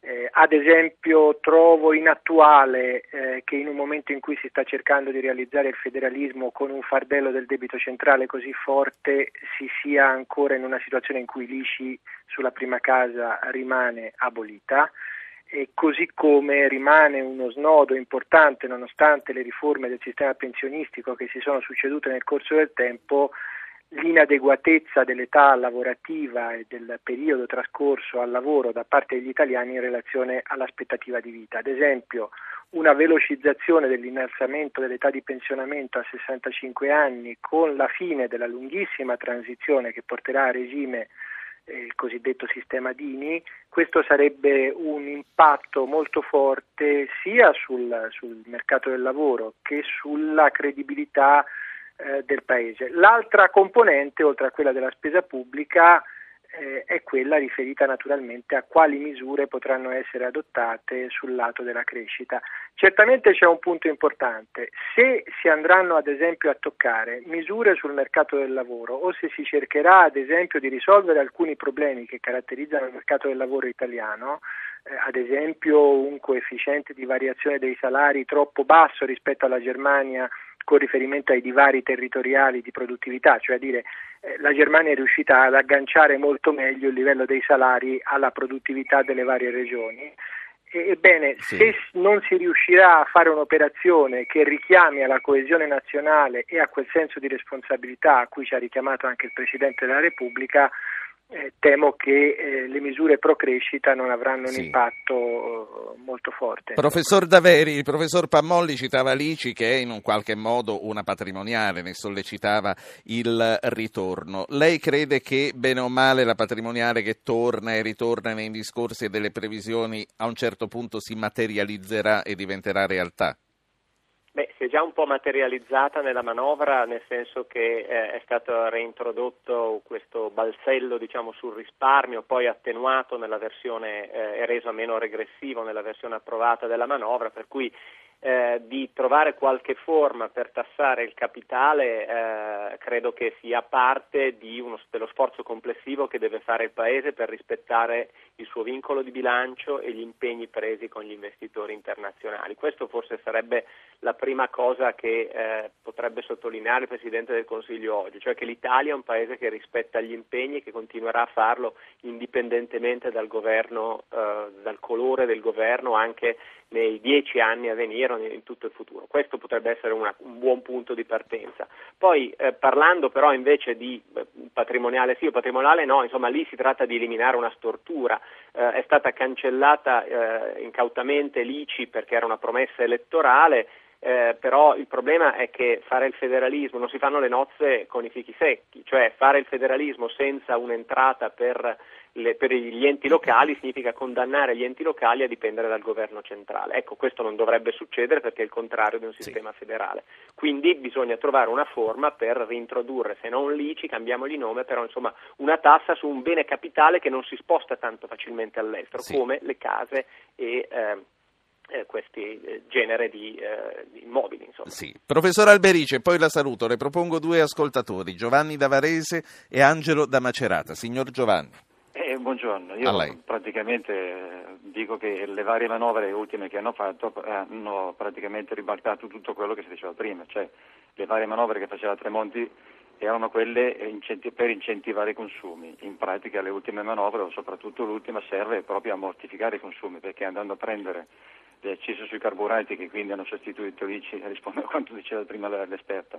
Eh, ad esempio trovo inattuale eh, che in un momento in cui si sta cercando di realizzare il federalismo con un fardello del debito centrale così forte si sia ancora in una situazione in cui l'I C I sulla prima casa rimane abolita, e così come rimane uno snodo importante, nonostante le riforme del sistema pensionistico che si sono succedute nel corso del tempo, l'inadeguatezza dell'età lavorativa e del periodo trascorso al lavoro da parte degli italiani in relazione all'aspettativa di vita. Ad esempio, una velocizzazione dell'innalzamento dell'età di pensionamento a sessantacinque anni con la fine della lunghissima transizione che porterà a regime eh, il cosiddetto sistema Dini. Questo sarebbe un impatto molto forte sia sul, sul mercato del lavoro che sulla credibilità del paese. L'altra componente, oltre a quella della spesa pubblica, eh, è quella riferita naturalmente a quali misure potranno essere adottate sul lato della crescita. Certamente c'è un punto importante: se si andranno ad esempio a toccare misure sul mercato del lavoro o se si cercherà ad esempio di risolvere alcuni problemi che caratterizzano il mercato del lavoro italiano, eh, ad esempio un coefficiente di variazione dei salari troppo basso rispetto alla Germania con riferimento ai divari territoriali di produttività, cioè a dire eh, la Germania è riuscita ad agganciare molto meglio il livello dei salari alla produttività delle varie regioni. Ebbene, sì. Se non si riuscirà a fare un'operazione che richiami alla coesione nazionale e a quel senso di responsabilità a cui ci ha richiamato anche il Presidente della Repubblica, eh, temo che eh, le misure pro crescita non avranno sì. un impatto eh, molto forte. Professor Daveri, il professor Pammolli citava l'I C I, che è in un qualche modo una patrimoniale, ne sollecitava il ritorno. Lei crede che bene o male la patrimoniale che torna e ritorna nei discorsi e delle previsioni a un certo punto si materializzerà e diventerà realtà? Beh, si è già un po' materializzata nella manovra, nel senso che eh, è stato reintrodotto questo balzello, diciamo, sul risparmio, poi attenuato nella versione eh, e reso meno regressivo nella versione approvata della manovra, per cui eh, di trovare qualche forma per tassare il capitale eh, credo che sia parte di uno, dello sforzo complessivo che deve fare il Paese per rispettare il suo vincolo di bilancio e gli impegni presi con gli investitori internazionali. Questo forse sarebbe la prima cosa che eh, potrebbe sottolineare il Presidente del Consiglio oggi, cioè che l'Italia è un Paese che rispetta gli impegni e che continuerà a farlo indipendentemente dal governo, eh, dal colore del governo, anche nei dieci anni a venire o in tutto il futuro. Questo potrebbe essere una, un buon punto di partenza. Poi eh, parlando però invece di eh, patrimoniale sì o patrimoniale no, insomma lì si tratta di eliminare una stortura. Eh, è stata cancellata eh, incautamente l'I C I perché era una promessa elettorale. Eh, però il problema è che fare il federalismo, non si fanno le nozze con i fichi secchi, cioè fare il federalismo senza un'entrata per, le, per gli enti locali significa condannare gli enti locali a dipendere dal governo centrale. Ecco, questo non dovrebbe succedere perché è il contrario di un sistema sì. federale. Quindi bisogna trovare una forma per reintrodurre, se non l'I C I, cambiamogli nome, però insomma una tassa su un bene capitale che non si sposta tanto facilmente all'estero, sì. come le case e eh, Eh, questi eh, genere di, eh, di immobili. Insomma. Sì. Professor Alberice, poi la saluto. Le propongo due ascoltatori, Giovanni da Varese e Angelo da Macerata. Signor Giovanni. Eh, buongiorno, io praticamente dico che le varie manovre ultime che hanno fatto hanno praticamente ribaltato tutto quello che si diceva prima, cioè le varie manovre che faceva Tremonti erano quelle per incentivare i consumi. In pratica le ultime manovre, o soprattutto l'ultima, serve proprio a mortificare i consumi, perché andando a prendere le accise sui carburanti, che quindi hanno sostituito l'I C I, rispondo a quanto diceva prima l'esperta,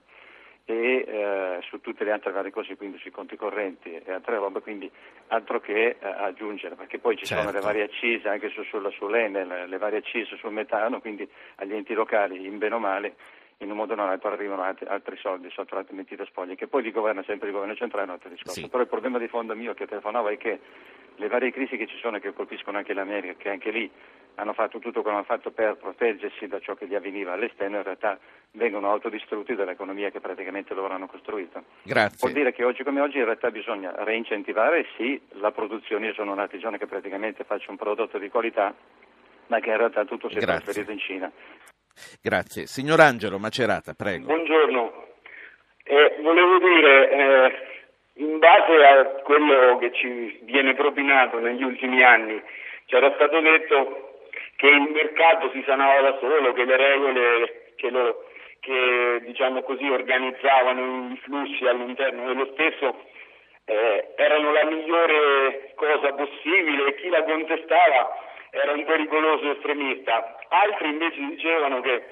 e eh, su tutte le altre varie cose, quindi sui conti correnti e altre robe, quindi altro che eh, aggiungere, perché poi ci certo. sono le varie accise anche su, sulla sull'Enel, le, le varie accise sul metano, quindi agli enti locali, in bene o male, in un modo o nell'altro arrivano altri, altri soldi sotto l'altra mentita spoglia, che poi li governa sempre il governo centrale, è un altro discorso. Sì. Però il problema di fondo mio che telefonavo è che le varie crisi che ci sono, che colpiscono anche l'America, che anche lì hanno fatto tutto quello che hanno fatto per proteggersi da ciò che gli avveniva all'esterno, in realtà vengono autodistrutti dall'economia che praticamente loro hanno costruito. Grazie. Vuol dire che oggi come oggi in realtà bisogna reincentivare sì la produzione. Io sono un artigiano che praticamente faccio un prodotto di qualità, ma che in realtà tutto si è Grazie. trasferito in Cina. Grazie. Signor Angelo Macerata, prego. Buongiorno. Eh, volevo dire, eh, in base a quello che ci viene propinato negli ultimi anni, c'era stato detto che il mercato si sanava da solo, che le regole che, lo, che diciamo così organizzavano i flussi all'interno dello stesso eh, erano la migliore cosa possibile e chi la contestava era un pericoloso estremista. Altri invece dicevano che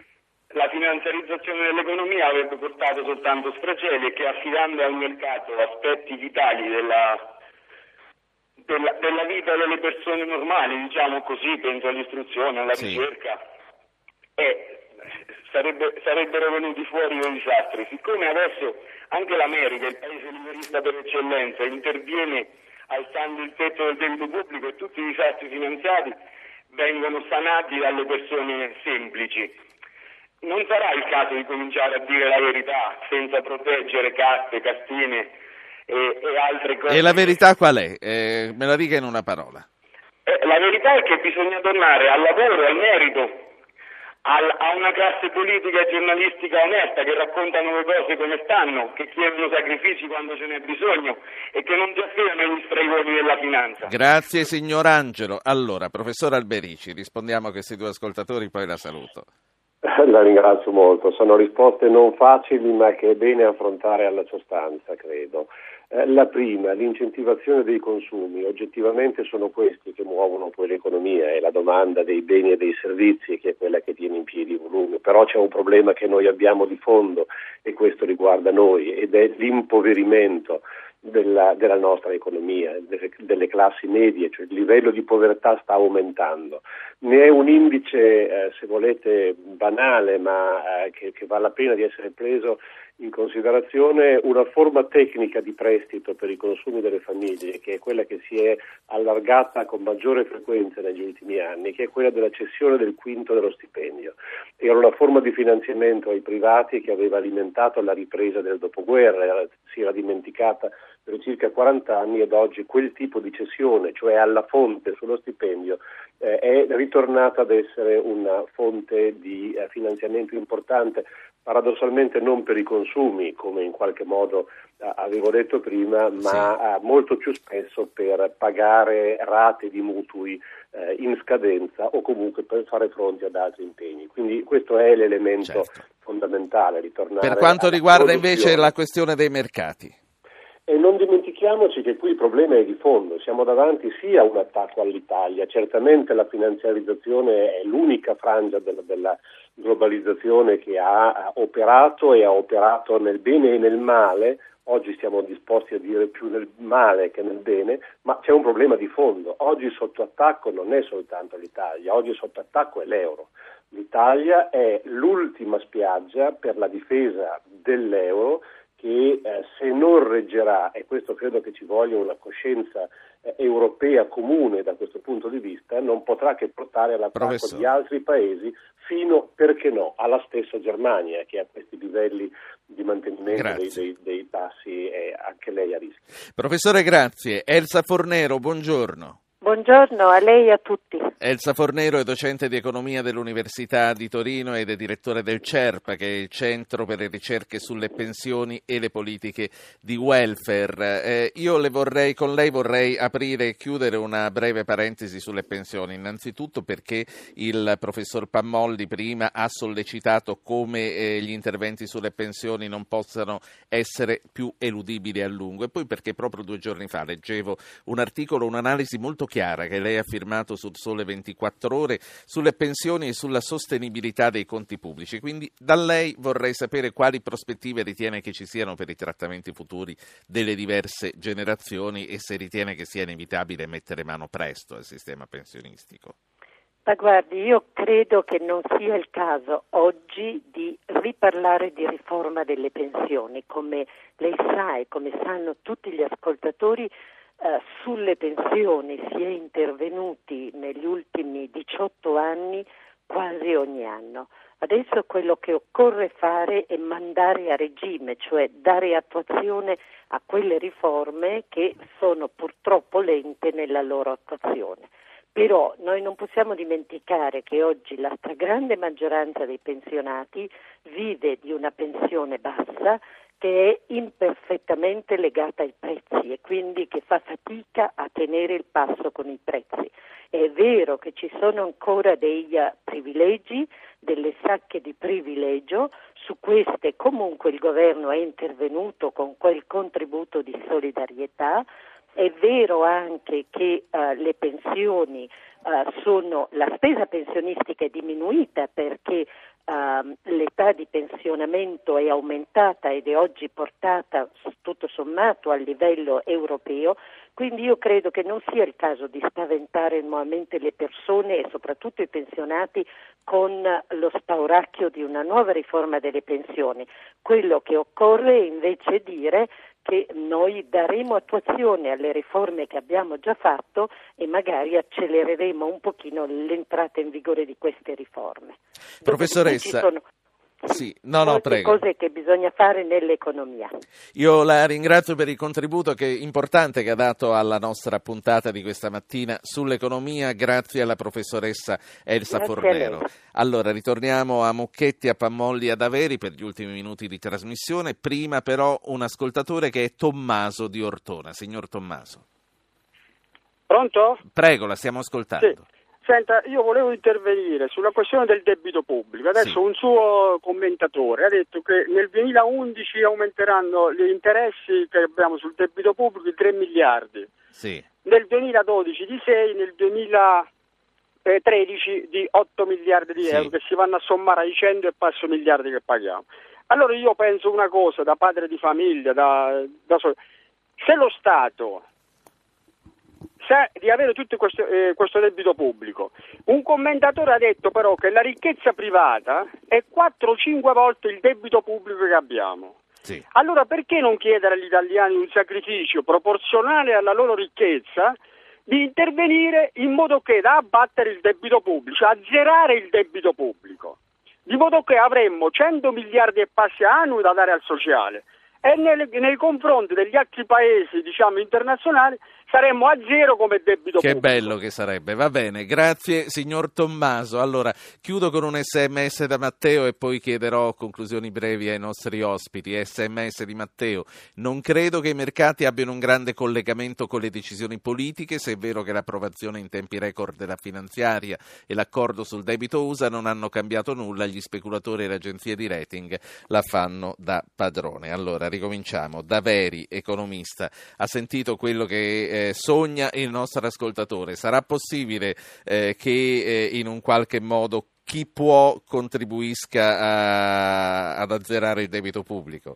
la finanziarizzazione dell'economia avrebbe portato soltanto sfrageli e che affidando al mercato aspetti vitali della, della, della vita delle persone normali, diciamo così, penso all'istruzione, alla sì. ricerca, eh, sarebbe, sarebbero venuti fuori dei disastri. Siccome adesso anche l'America, il paese liberista per eccellenza, interviene alzando il tetto del debito pubblico e tutti i disastri finanziari vengono sanati dalle persone semplici. Non sarà il caso di cominciare a dire la verità senza proteggere caste, castine e, e altre cose. E la verità qual è? Eh, me la dica in una parola. Eh, la verità è che bisogna tornare al lavoro, al merito, al, a una classe politica e giornalistica onesta che raccontano le cose come stanno, che chiedono sacrifici quando ce n'è bisogno e che non si affidano agli stregoni della finanza. Grazie signor Angelo. Allora, professor Alberici, rispondiamo a questi due ascoltatori, poi la saluto. La ringrazio molto, sono risposte non facili ma che è bene affrontare alla sostanza, credo. Eh, la prima, l'incentivazione dei consumi, oggettivamente sono questi che muovono poi l'economia e la domanda dei beni e dei servizi che è quella che tiene in piedi i volumi, però c'è un problema che noi abbiamo di fondo e questo riguarda noi ed è l'impoverimento della, della nostra economia, delle, delle classi medie, cioè il livello di povertà sta aumentando. Ne è un indice, eh, se volete, banale, ma eh, che, che vale la pena di essere preso in considerazione, una forma tecnica di prestito per i consumi delle famiglie, che è quella che si è allargata con maggiore frequenza negli ultimi anni, che è quella della cessione del quinto dello stipendio. Era una forma di finanziamento ai privati che aveva alimentato la ripresa del dopoguerra, era, si era dimenticata per circa quaranta anni ed oggi quel tipo di cessione, cioè alla fonte sullo stipendio, eh, è ritornata ad essere una fonte di eh, finanziamento importante, paradossalmente non per i consumi, come in qualche modo eh, avevo detto prima, ma eh, molto più spesso per pagare rate di mutui eh, in scadenza o comunque per fare fronte ad altri impegni. Quindi questo è l'elemento certo. fondamentale, ritornare. Per quanto riguarda invece la questione dei mercati. E non dimentichiamoci che qui il problema è di fondo, siamo davanti sì a un attacco all'Italia, certamente la finanziarizzazione è l'unica frangia della, della globalizzazione che ha operato e ha operato nel bene e nel male, oggi siamo disposti a dire più nel male che nel bene, ma c'è un problema di fondo, oggi sotto attacco non è soltanto l'Italia, oggi sotto attacco è l'euro. L'Italia è l'ultima spiaggia per la difesa dell'euro che eh, se non reggerà, e questo credo che ci voglia una coscienza eh, europea comune da questo punto di vista, non potrà che portare all'attacco Professor. di altri paesi fino, perché no, alla stessa Germania che a questi livelli di mantenimento dei, dei, dei tassi è anche lei a rischio. Professore, grazie. Elsa Fornero, buongiorno. Buongiorno a lei e a tutti. Elsa Fornero è docente di economia dell'Università di Torino ed è direttore del CERPA, che è il Centro per le ricerche sulle pensioni e le politiche di welfare. Eh, io le vorrei, con lei vorrei aprire e chiudere una breve parentesi sulle pensioni, innanzitutto perché il professor Pammolli prima ha sollecitato come eh, gli interventi sulle pensioni non possano essere più eludibili a lungo, e poi perché proprio due giorni fa leggevo un articolo, un'analisi molto chiara che lei ha firmato sul Sole ventiquattro Ore sulle pensioni e sulla sostenibilità dei conti pubblici. Quindi da lei vorrei sapere quali prospettive ritiene che ci siano per i trattamenti futuri delle diverse generazioni e se ritiene che sia inevitabile mettere mano presto al sistema pensionistico. Ma guardi, io credo che non sia il caso oggi di riparlare di riforma delle pensioni. Come lei sa e come sanno tutti gli ascoltatori, Uh, sulle pensioni si è intervenuti negli ultimi diciotto anni quasi ogni anno. Adesso quello che occorre fare è mandare a regime, cioè dare attuazione a quelle riforme che sono purtroppo lente nella loro attuazione. Però noi non possiamo dimenticare che oggi la stragrande maggioranza dei pensionati vive di una pensione bassa che è imperfettamente legata ai prezzi e quindi che fa fatica a tenere il passo con i prezzi. È vero che ci sono ancora dei uh, privilegi, delle sacche di privilegio, su queste comunque il governo è intervenuto con quel contributo di solidarietà. È vero anche che uh, le pensioni uh, sono, la spesa pensionistica è diminuita perché uh, l'età di pensionamento è aumentata ed è oggi portata tutto sommato a livello europeo, quindi io credo che non sia il caso di spaventare nuovamente le persone e soprattutto i pensionati con lo spauracchio di una nuova riforma delle pensioni. Quello che occorre invece è dire che noi daremo attuazione alle riforme che abbiamo già fatto e magari accelereremo un pochino l'entrata in vigore di queste riforme. Professoressa, ci sono sì, no, no, molte prego. cose che bisogna fare nell'economia. Io la ringrazio per il contributo che importante che ha dato alla nostra puntata di questa mattina sull'economia, grazie alla professoressa Elsa Grazie Fornero. Allora, ritorniamo a Mucchetti, a Pammolli, ad Averi per gli ultimi minuti di trasmissione. Prima però un ascoltatore che è Tommaso di Ortona. Signor Tommaso. Pronto? Prego, la stiamo ascoltando. Sì. Senta, io volevo intervenire sulla questione del debito pubblico. Adesso sì. Un suo commentatore ha detto che nel duemilaundici aumenteranno gli interessi che abbiamo sul debito pubblico di tre miliardi. Sì. Nel duemiladodici di sei, nel duemilatredici di otto miliardi di euro, sì, che si vanno a sommare ai cento e passo miliardi che paghiamo. Allora io penso una cosa, da padre di famiglia, da, da so- se lo Stato di avere tutto questo, eh, questo debito pubblico. Un commentatore ha detto però che la ricchezza privata è quattro o cinque volte il debito pubblico che abbiamo. Sì. Allora perché non chiedere agli italiani un sacrificio proporzionale alla loro ricchezza di intervenire in modo che da abbattere il debito pubblico, cioè azzerare il debito pubblico, di modo che avremmo cento miliardi e passi annui da dare al sociale e nel, nei confronti degli altri paesi, diciamo, internazionali saremmo a zero come debito che pubblico. Che bello che sarebbe, va bene, grazie signor Tommaso. Allora, chiudo con un sms da Matteo e poi chiederò conclusioni brevi ai nostri ospiti. Sms di Matteo: non credo che i mercati abbiano un grande collegamento con le decisioni politiche, se è vero che l'approvazione in tempi record della finanziaria e l'accordo sul debito U S A non hanno cambiato nulla, gli speculatori e le agenzie di rating la fanno da padrone. Allora, ricominciamo. Daveri, economista, ha sentito quello che Eh, sogna il nostro ascoltatore. Sarà possibile eh, che eh, in un qualche modo chi può contribuisca a, ad azzerare il debito pubblico?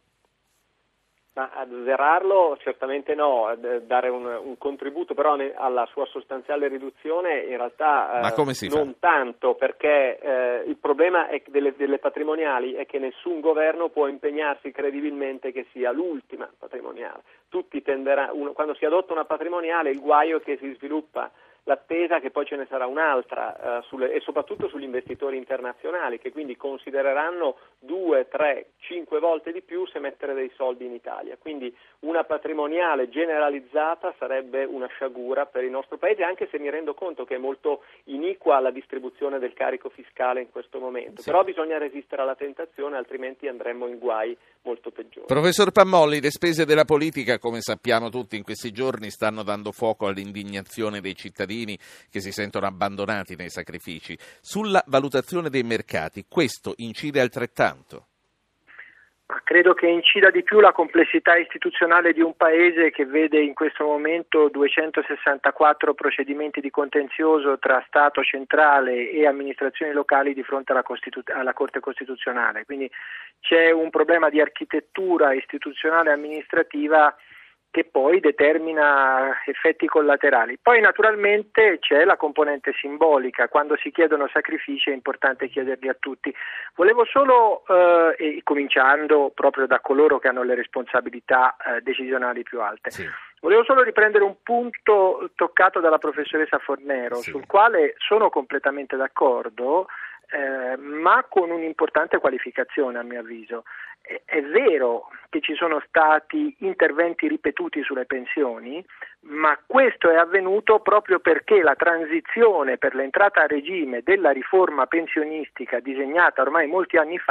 Ma azzerarlo certamente no, dare un, un contributo però ne, alla sua sostanziale riduzione in realtà Ma come si eh, non fa? tanto, perché eh, il problema è delle, delle patrimoniali è che nessun governo può impegnarsi credibilmente che sia l'ultima patrimoniale. Tutti tenderanno, uno, quando si adotta una patrimoniale il guaio è che si sviluppa l'attesa che poi ce ne sarà un'altra eh, sulle, e soprattutto sugli investitori internazionali, che quindi considereranno due, tre, cinque volte di più se mettere dei soldi in Italia. Quindi una patrimoniale generalizzata sarebbe una sciagura per il nostro Paese, anche se mi rendo conto che è molto iniqua la distribuzione del carico fiscale in questo momento. Sì. Però bisogna resistere alla tentazione, altrimenti andremmo in guai molto peggiori. Professor Pammolli, le spese della politica, come sappiamo tutti in questi giorni, stanno dando fuoco all'indignazione dei cittadini che si sentono abbandonati nei sacrifici. Sulla valutazione dei mercati, questo incide altrettanto? Credo che incida di più la complessità istituzionale di un paese che vede in questo momento duecentosessantaquattro procedimenti di contenzioso tra Stato centrale e amministrazioni locali di fronte alla, Costitu- alla Corte Costituzionale. Quindi c'è un problema di architettura istituzionale e amministrativa che poi determina effetti collaterali. Poi naturalmente c'è la componente simbolica, quando si chiedono sacrifici è importante chiederli a tutti. Volevo solo, eh, e cominciando proprio da coloro che hanno le responsabilità eh, decisionali più alte, sì. Volevo solo riprendere un punto toccato dalla professoressa Fornero, sì. sul quale sono completamente d'accordo, eh, ma con un'importante qualificazione a mio avviso. È vero che ci sono stati interventi ripetuti sulle pensioni, ma questo è avvenuto proprio perché la transizione per l'entrata a regime della riforma pensionistica disegnata ormai molti anni fa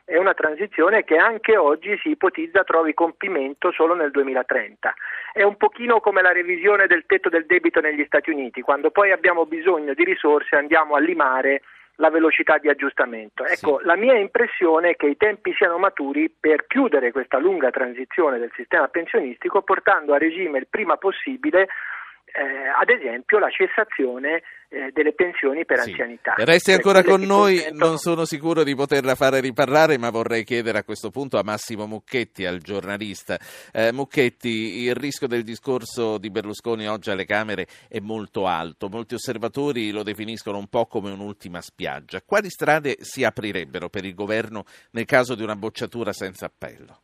è una transizione che anche oggi si ipotizza trovi compimento solo nel duemilatrenta. È un pochino come la revisione del tetto del debito negli Stati Uniti, quando poi abbiamo bisogno di risorse andiamo a limare la velocità di aggiustamento. Ecco, sì. La mia impressione è che i tempi siano maturi per chiudere questa lunga transizione del sistema pensionistico, portando a regime il prima possibile Eh, ad esempio la cessazione eh, delle pensioni per sì. anzianità. Resti ancora con noi, non sono sicuro di poterla fare riparlare, ma vorrei chiedere a questo punto a Massimo Mucchetti, al giornalista. Eh, Mucchetti, il rischio del discorso di Berlusconi oggi alle Camere è molto alto, molti osservatori lo definiscono un po' come un'ultima spiaggia. Quali strade si aprirebbero per il governo nel caso di una bocciatura senza appello?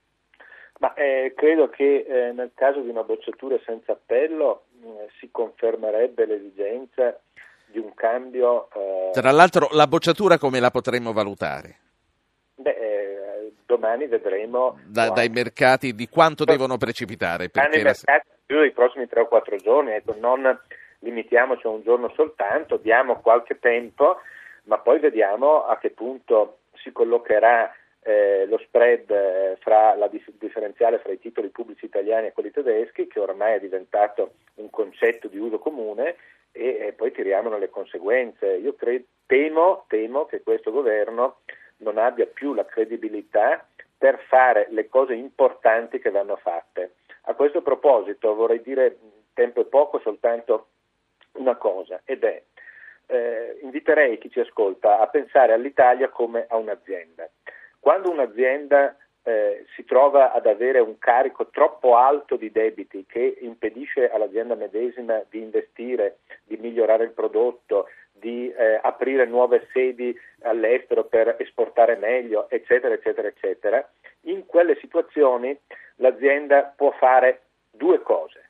Ma eh, credo che eh, nel caso di una bocciatura senza appello eh, si confermerebbe l'esigenza di un cambio. Eh... Tra l'altro, la bocciatura come la potremmo valutare? Beh, eh, domani vedremo da, dai mercati di quanto so, devono precipitare. Perché i mercati più dei prossimi tre o quattro giorni, ecco, non limitiamoci a un giorno soltanto, diamo qualche tempo, ma poi vediamo a che punto si collocherà Eh, lo spread eh, fra la dif- differenziale fra i titoli pubblici italiani e quelli tedeschi, che ormai è diventato un concetto di uso comune, e, e poi tiriamone le conseguenze. Io cre- temo, temo che questo governo non abbia più la credibilità per fare le cose importanti che vanno fatte. A questo proposito vorrei dire, tempo è poco, soltanto una cosa, ed è eh, inviterei chi ci ascolta a pensare all'Italia come a un'azienda. Quando un'azienda eh, si trova ad avere un carico troppo alto di debiti che impedisce all'azienda medesima di investire, di migliorare il prodotto, di eh, aprire nuove sedi all'estero per esportare meglio, eccetera, eccetera, eccetera, in quelle situazioni l'azienda può fare due cose: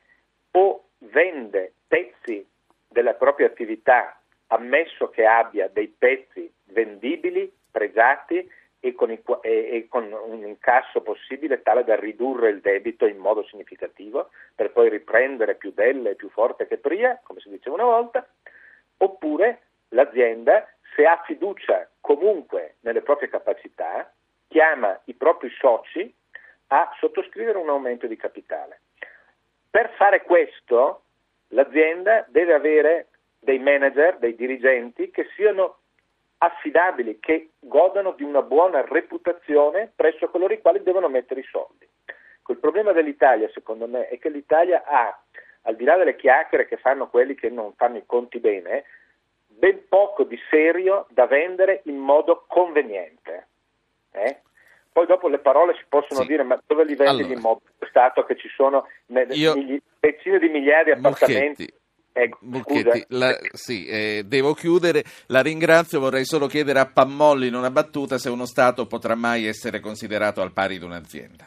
o vende pezzi della propria attività, ammesso che abbia dei pezzi vendibili, pregiati, E con, i, e, e con un incasso possibile tale da ridurre il debito in modo significativo per poi riprendere più belle e più forte che prima, come si diceva una volta, oppure l'azienda, se ha fiducia comunque nelle proprie capacità, chiama i propri soci a sottoscrivere un aumento di capitale. Per fare questo l'azienda deve avere dei manager, dei dirigenti che siano affidabili, che godano di una buona reputazione presso coloro i quali devono mettere i soldi. Il problema dell'Italia, secondo me, è che l'Italia ha, al di là delle chiacchiere che fanno quelli che non fanno i conti bene, ben poco di serio da vendere in modo conveniente. Eh? Poi dopo le parole si possono sì. dire, ma dove li vendi allora. Gli immobili? Stato che ci sono Io... migli... decine di migliaia di appartamenti. Mucchetti. Ecco, Mucchetti, la, sì, eh, devo chiudere, la ringrazio, vorrei solo chiedere a Pammolli in una battuta se uno Stato potrà mai essere considerato al pari di un'azienda.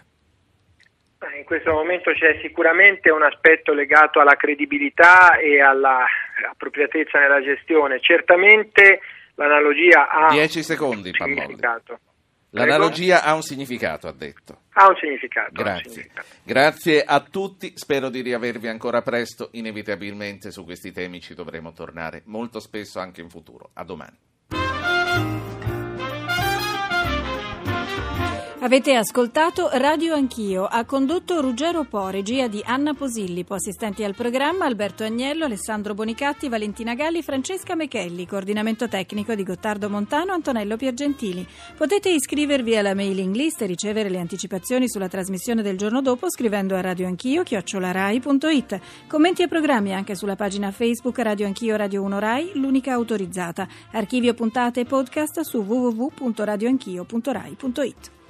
In questo momento c'è sicuramente un aspetto legato alla credibilità e alla appropriatezza nella gestione. Certamente l'analogia ha dieci secondi, un significato. L'analogia Prego? ha un significato, ha detto. Ha un significato. Grazie. Un significato. Grazie a tutti, spero di riavervi ancora presto, inevitabilmente su questi temi ci dovremo tornare molto spesso anche in futuro. A domani. Avete ascoltato Radio Anch'io, ha condotto Ruggero Po, regia di Anna Posillipo, assistenti al programma Alberto Agnello, Alessandro Bonicatti, Valentina Galli, Francesca Mechelli, coordinamento tecnico di Gottardo Montano, Antonello Piergentili. Potete iscrivervi alla mailing list e ricevere le anticipazioni sulla trasmissione del giorno dopo scrivendo a radioanchio chiocciola rai punto it. Commenti e programmi anche sulla pagina Facebook Radio Anch'io Radio uno Rai, l'unica autorizzata. Archivio puntate e podcast su w w w punto radioanchio punto rai punto it.